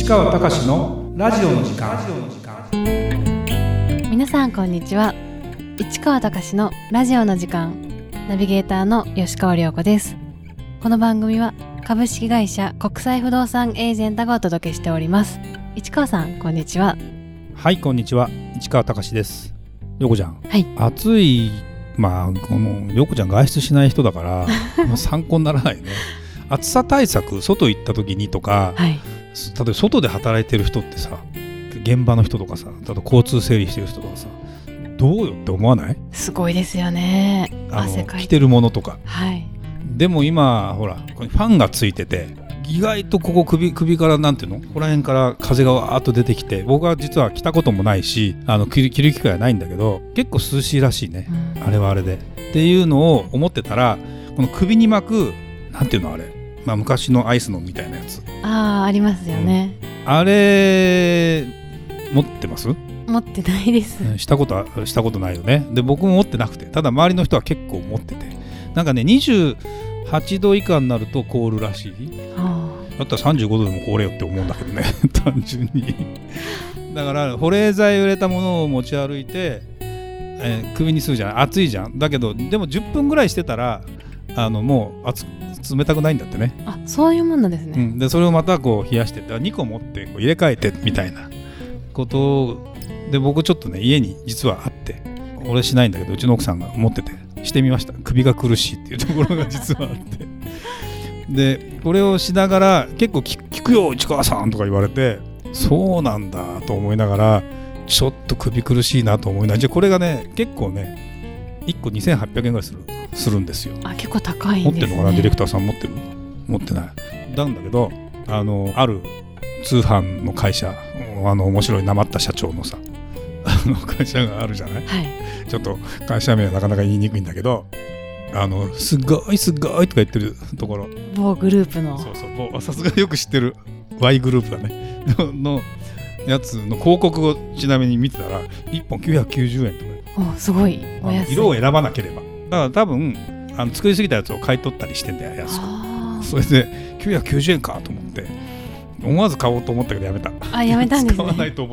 川隆のラジオの時間。 皆さんこんにちは。市川隆のラジオの時間、ナビゲーターの吉川亮子です。この番組は株式会社国際不動産エージェントがお届けしております。市川さんこんにちは。 はい、こんにちは、市川隆です。陽子ちゃん、 はい、 暑い、この陽子ちゃん外出しない人だから参考にならないね。暑さ対策、外行った時にとか、 はい、 例えば外で働いてる人ってさ、現場の人とかさ、あと交通整理してる人とかさ、どうよって思わない？ すごいですよね。汗かいて着てるものとか、 はい、 でも今ほらここにファンがついてて、意外とここ首からなんていうの、ここら辺から風がわーっと出てきて、僕は実は着たこともないし着る機会はないんだけど、結構涼しいらしいね、あれはあれでっていうのを思ってたら、この首に巻くなんていうのあれ、昔のアイスのみたいなやつ、 ありますよね、 あれ持ってます？ 持ってないです。 したことないよね。で僕も持ってなくて、ただ周りの人は結構持ってて、なんかね28度以下になると凍るらしい。だったら35度でも凍れよって思うんだけどね単純にだから保冷剤を入れたものを持ち歩いて、首にするじゃない、暑いじゃん。だけどでも10分ぐらいしてたらもう冷たくないんだってね。 そういうもんなんですね、 でそれをまたこう冷やして、2個持ってこう入れ替えてみたいなことで、僕ちょっとね家に実はあって、俺しないんだけどうちの奥さんが持っててしてみました。首が苦しいっていうところが実はあってでこれをしながら結構聞くよ市川さんとか言われて、そうなんだと思いながら、ちょっと首苦しいなと思いながら、じゃあこれがね結構ね1個2800円ぐらいするんですよ。 結構高いんですね。 持ってるのかな、ディレクターさん持ってる？持ってないなんだけど、ある通販の会社、面白いなまった社長のさ会社があるじゃない、はい、ちょっと会社名はなかなか言いにくいんだけど、すごいとか言ってるところ、 某グループの、 そうさすがよく知ってる Y グループだねのやつの広告をちなみに見てたら1本990円とか、すごいお安い。 色を選ばなければ、だから多分作りすぎたやつを買い取ったりしてんだよ、安く。それで990円かと思って思わず買おうと思ったけどやめた。 やめたんですね使わないと思った。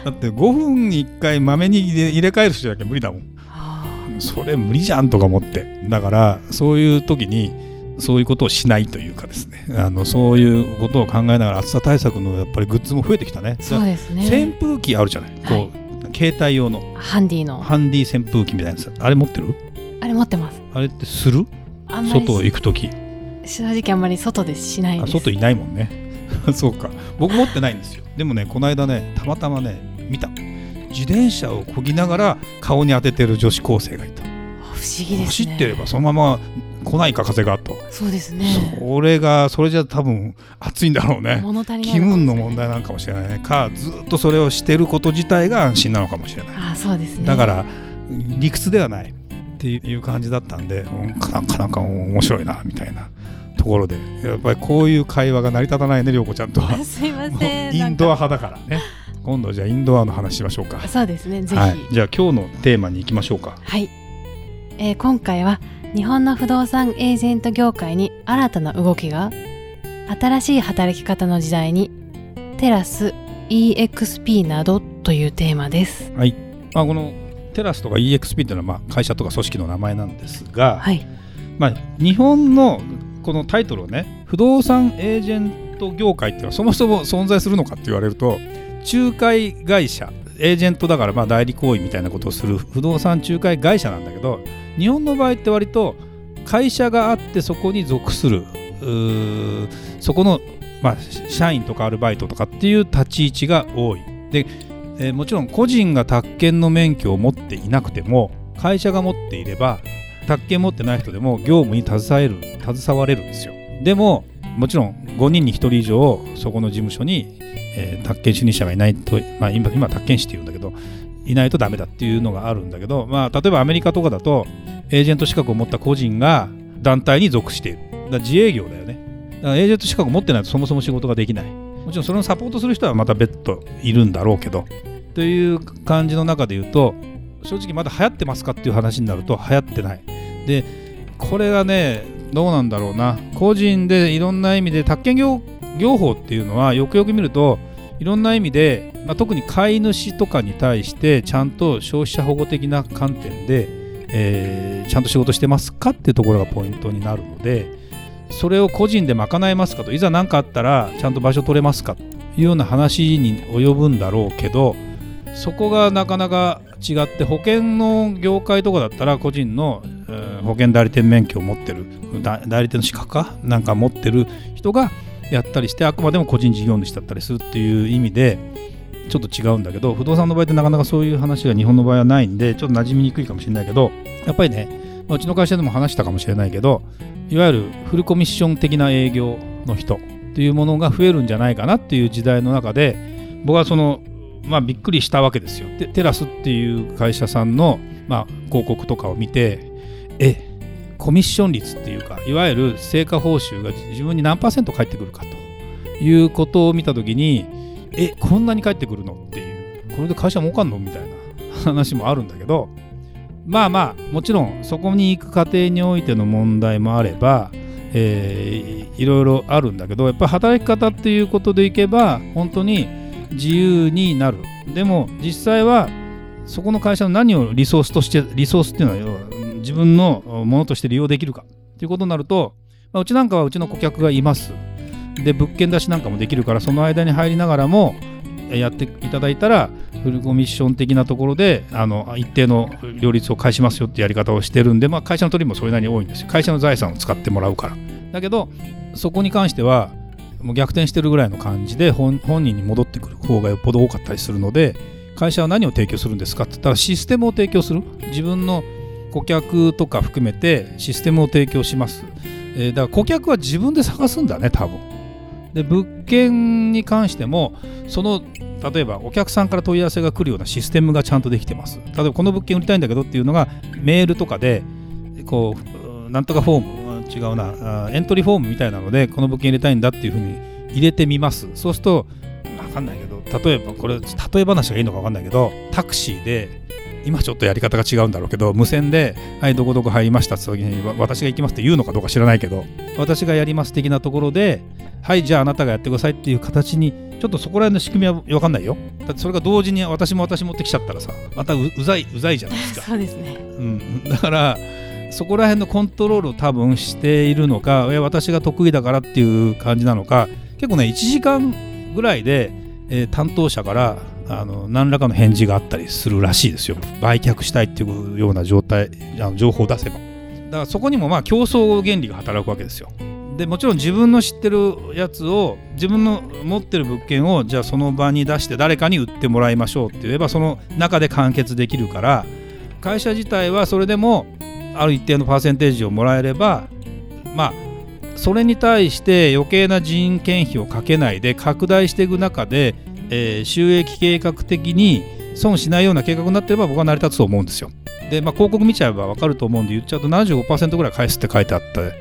だって5分に1回まめに入れ替える人だけ無理だもん。それ無理じゃんとか思って、だからそういう時にそういうことをしないというかですね、そういうことを考えながら暑さ対策のやっぱりグッズも増えてきたね。 そうですね。 扇風機あるじゃない、こう携帯用のハンディ扇風機みたいなやつ、あれ持ってる？ あれ持ってます。あれってする？外行く時正直あんまり外でしないです。 外いないもんねそうか、僕持ってないんですよ。でもねこの間ねたまたまね見た、自転車を漕ぎながら顔に当ててる女子高生がいた。 不思議ですね。 走ってればそのまま来ないか風がと。 そうですね。 それじゃ多分暑いんだろうね。気分の問題なのかもしれないね。ずっとそれをしてること自体が安心なのかもしれない。 そうですね。 だから理屈ではないっていう感じだったんで、なかなか面白いなみたいなところで、やっぱりこういう会話が成り立たないね、涼子ちゃんとは。 すいません。 インドア派だからね。今度じゃあインドアの話しましょうか。 そうですね、ぜひ。 じゃあ今日のテーマに行きましょうか。 はい、今回は日本の不動産エージェント業界に新たな動きが、新しい働き方の時代にテラス EXP などというテーマです。 はい、このテラスとか EXP というのは会社とか組織の名前なんですが、 はい、 日本のこのタイトルをね、不動産エージェント業界っていうのはそもそも存在するのかって言われると、仲介会社、エージェントだから代理行為みたいなことをする不動産仲介会社なんだけど、日本の場合って割と会社があってそこに属するそこの、社員とかアルバイトとかっていう立ち位置が多い。で、もちろん個人が宅建の免許を持っていなくても会社が持っていれば、宅建持ってない人でも業務に携われるんですよ。でももちろん5人に1人以上そこの事務所に、宅建主任者がいないと、今宅建士っていうんだけどいないとダメだっていうのがあるんだけど、例えばアメリカとかだとエージェント資格を持った個人が団体に属している。だから自営業だよね。だからエージェント資格を持ってないとそもそも仕事ができない。もちろんそれをサポートする人はまた別途いるんだろうけど、という感じの中で言うと、正直まだ流行ってますかっていう話になると流行ってない。でこれがねどうなんだろうな、個人でいろんな意味で宅建業業法っていうのはよくよく見るといろんな意味で、特に飼い主とかに対してちゃんと消費者保護的な観点で、ちゃんと仕事してますかっていうところがポイントになるので、それを個人で賄えますかと、いざ何かあったらちゃんと場所取れますかというような話に及ぶんだろうけど、そこがなかなか違って、保険の業界とかだったら個人の、保険代理店免許を持ってる代理店の資格かなんか持ってる人がやったりして、あくまでも個人事業主だったりするっていう意味でちょっと違うんだけど、不動産の場合ってなかなかそういう話が日本の場合はないんでちょっと馴染みにくいかもしれないけど、やっぱりね、うちの会社でも話したかもしれないけど、いわゆるフルコミッション的な営業の人っていうものが増えるんじゃないかなっていう時代の中で、僕はびっくりしたわけですよ。でテラスっていう会社さんの、広告とかを見て、コミッション率っていうか、いわゆる成果報酬が自分に何%返ってくるかということを見たときに、こんなに返ってくるのっていう、これで会社儲かんのみたいな話もあるんだけど、もちろんそこに行く過程においての問題もあれば、いろいろあるんだけど、やっぱり働き方っていうことでいけば本当に自由になる。でも実際はそこの会社の何をリソースとして、リソースっていうのは要は自分のものとして利用できるかっていうことになると、うちなんかはうちの顧客がいます。で物件出しなんかもできるから、その間に入りながらもやっていただいたらフルコミッション的なところで一定の両立を返しますよってやり方をしてるんで、会社の取りもそれなりに多いんですよ。会社の財産を使ってもらうから。だけどそこに関してはもう逆転してるぐらいの感じで本人に戻ってくる方がよっぽど多かったりするので、会社は何を提供するんですかって言ったらシステムを提供する。自分の顧客とか含めてシステムを提供します。だから顧客は自分で探すんだね、多分。で物件に関しても例えばお客さんから問い合わせが来るようなシステムがちゃんとできてます。例えばこの物件売りたいんだけどっていうのがメールとかでなんとかフォームエントリーフォームみたいなので、この物件入れたいんだっていうふうに入れてみます。そうすると分かんないけど、例えばこれ例え話がいいのか分かんないけど、タクシーで今ちょっとやり方が違うんだろうけど、無線ではいどこどこ入りましたって時に私が行きますって言うのかどうか知らないけど、私がやります的なところで、はいじゃああなたがやってくださいっていう形に、ちょっとそこら辺の仕組みは分かんないよ。だってそれが同時に私持ってきちゃったらさ、またうざいじゃないですか。 そうですね、 だからそこら辺のコントロールを多分しているのか、私が得意だからっていう感じなのか、結構ね1時間ぐらいで、担当者から何らかの返事があったりするらしいですよ。売却したいっていうような情報を出せば。だからそこにも競争原理が働くわけですよ。でもちろん自分の知ってるやつを、自分の持ってる物件をじゃあその場に出して誰かに売ってもらいましょうって言えば、その中で完結できるから、会社自体はそれでもある一定のパーセンテージをもらえれば、それに対して余計な人件費をかけないで拡大していく中で、収益計画的に損しないような計画になっていれば僕は成り立つと思うんですよ。で、広告見ちゃえば分かると思うんで言っちゃうと 75% ぐらい返すって書いてあって、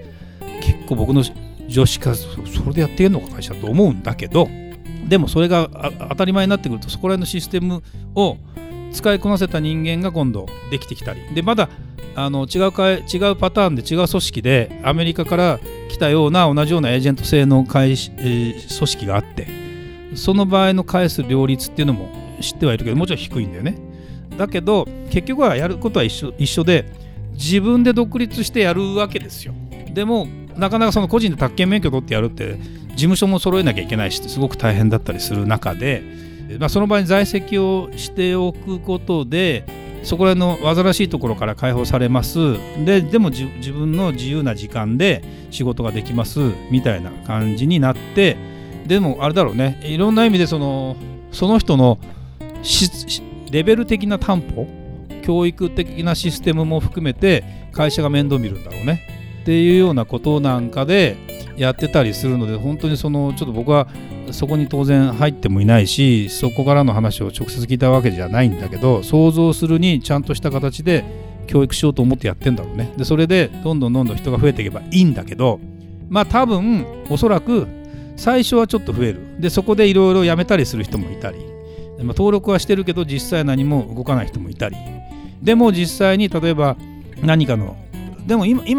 結構僕の上司からそれでやっているのか会社と思うんだけど、でもそれが当たり前になってくると、そこら辺のシステムを使いこなせた人間が今度できてきたりで、まだ違うパターンで違う組織でアメリカから来たような同じようなエージェント制の組織があって、その場合の返す両立っていうのも知ってはいるけど、もちろん低いんだよね。だけど結局はやることは一緒で、自分で独立してやるわけですよ。でもなかなかその個人で宅建免許取ってやるって事務所も揃えなきゃいけないし、すごく大変だったりする中で、その場合に在籍をしておくことでそこらの煩わしいところから解放されます。でも自分の自由な時間で仕事ができますみたいな感じになって、でもあれだろうね、いろんな意味でその人のレベル的な担保、教育的なシステムも含めて会社が面倒見るんだろうねっていうようなことなんかでやってたりするので、本当にちょっと僕はそこに当然入ってもいないし、そこからの話を直接聞いたわけじゃないんだけど、想像するにちゃんとした形で教育しようと思ってやってんだろうね。でそれでどんどん人が増えていけばいいんだけど、多分おそらく最初はちょっと増える。でそこでいろいろ辞めたりする人もいたり、登録はしてるけど実際何も動かない人もいたり、でも実際に例えば何かの、でも今こ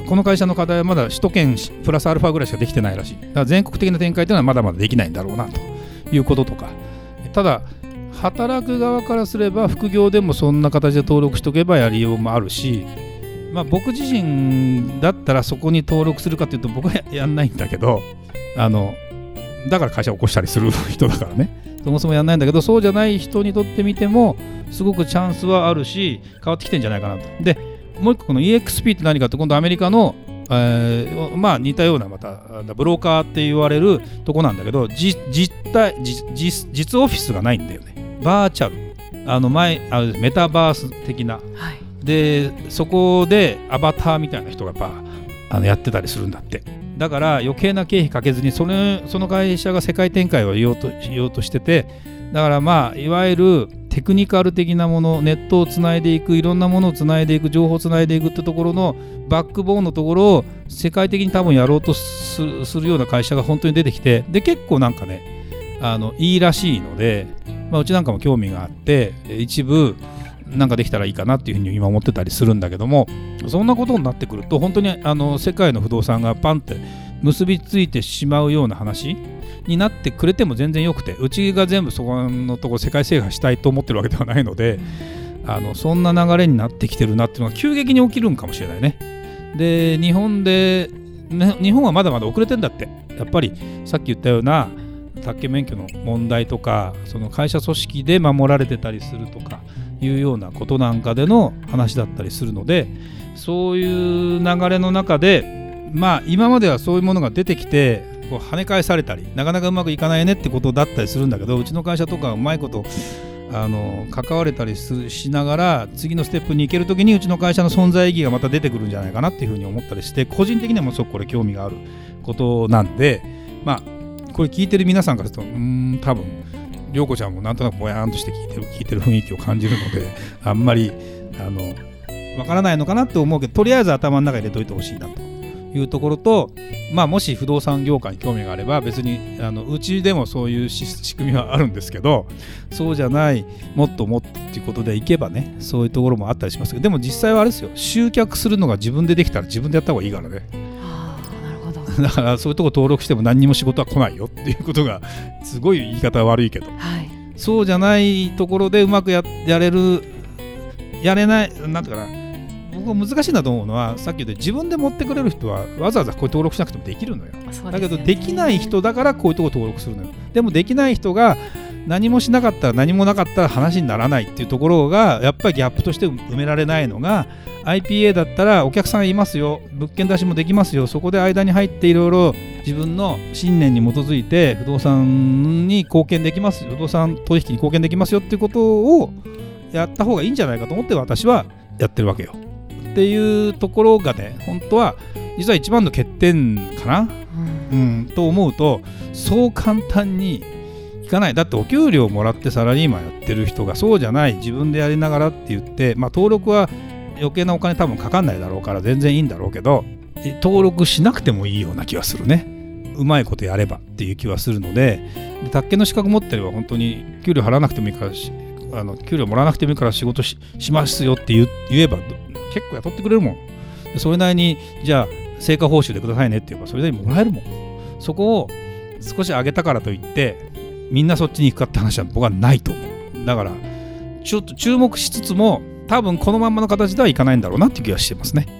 この会社の課題はまだ首都圏プラスアルファぐらいしかできてないらしい。だから全国的な展開というのはまだまだできないんだろうなということとか、ただ働く側からすれば副業でもそんな形で登録しておけばやりようもあるし、僕自身だったらそこに登録するかというと僕はやんないんだけど、だから会社を起こしたりする人だからね、そもそもやんないんだけど、そうじゃない人にとってみてもすごくチャンスはあるし変わってきてんじゃないかなと。でもう一個この EXP って何かって、今度アメリカの、似たようなまたブローカーって言われるとこなんだけど、実オフィスがないんだよね。バーチャルメタバース的な、でそこでアバターみたいな人がやっぱやってたりするんだって。だから余計な経費かけずにその会社が世界展開をしようとしてて、だからいわゆるテクニカル的なもの、ネットをつないでいく、いろんなものをつないでいく、情報をつないでいくってところのバックボーンのところを世界的に多分やろうとするような会社が本当に出てきて、で結構なんかねいいらしいので、うちなんかも興味があって一部なんかできたらいいかなっていうふうに今思ってたりするんだけども、そんなことになってくると本当に世界の不動産がパンって結びついてしまうような話になってくれても全然よくて、うちが全部そこのところ世界制覇したいと思ってるわけではないので、そんな流れになってきてるなっていうのが急激に起きるんかもしれないね。で日本はまだまだ遅れてんだって。やっぱりさっき言ったような宅建免許の問題とか、その会社組織で守られてたりするとかいうようなことなんかでの話だったりするので、そういう流れの中で今まではそういうものが出てきてこう跳ね返されたりなかなかうまくいかないねってことだったりするんだけど、うちの会社とかうまいこと関われたりしながら次のステップに行けるときにうちの会社の存在意義がまた出てくるんじゃないかなっていうふうに思ったりして、個人的にはものすごくこれ興味があることなんで、これ聞いてる皆さんからすると多分涼子ちゃんもなんとなくぼやーんとして聞いてる雰囲気を感じるので、あんまりわからないのかなって思うけど、とりあえず頭の中に入れといてほしいなというところと、もし不動産業界に興味があれば別にうちでもそういう仕組みはあるんですけど、そうじゃないもっともっとっていうことでいけばね、そういうところもあったりしますけど、でも実際はあれですよ、集客するのが自分でできたら自分でやった方がいいからね。だからそういうとこ登録しても何にも仕事は来ないよっていうことが、すごい言い方は悪いけど、そうじゃないところでうまくやれない、なんていうかな、僕は難しいなと思うのは、さっき言った自分で持ってくれる人はわざわざこういう登録しなくてもできるのよ。だけどできない人だからこういうとこ登録するのよ。でもできない人が何もしなかったら何もなかったら話にならないっていうところがやっぱりギャップとして埋められないのが、 IPA だったらお客さんいますよ、物件出しもできますよ、そこで間に入っていろいろ自分の信念に基づいて不動産に貢献できます、不動産取引に貢献できますよっていうことをやった方がいいんじゃないかと思って私はやってるわけよっていうところがね、本当は実は一番の欠点かな、と思うと、そう簡単にいかない。だってお給料もらってサラリーマンやってる人がそうじゃない、自分でやりながらって言って、登録は余計なお金多分かかんないだろうから全然いいんだろうけど、登録しなくてもいいような気がするね。うまいことやればっていう気はするので、宅建の資格持ってれば本当に給料払わなくてもいいから給料もらわなくてもいいから仕事 しますよって言えば結構雇ってくれるもん。それなりにじゃあ成果報酬でくださいねって言えばそれなりにもらえるもん。そこを少し上げたからといってみんなそっちに行くかって話は僕はないと思う。だからちょっと注目しつつも多分このまんまの形ではいかないんだろうなっていう気がしてますね。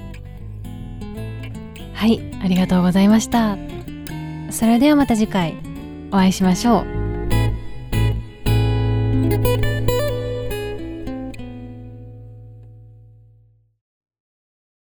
はい、ありがとうございました。それではまた次回お会いしましょう。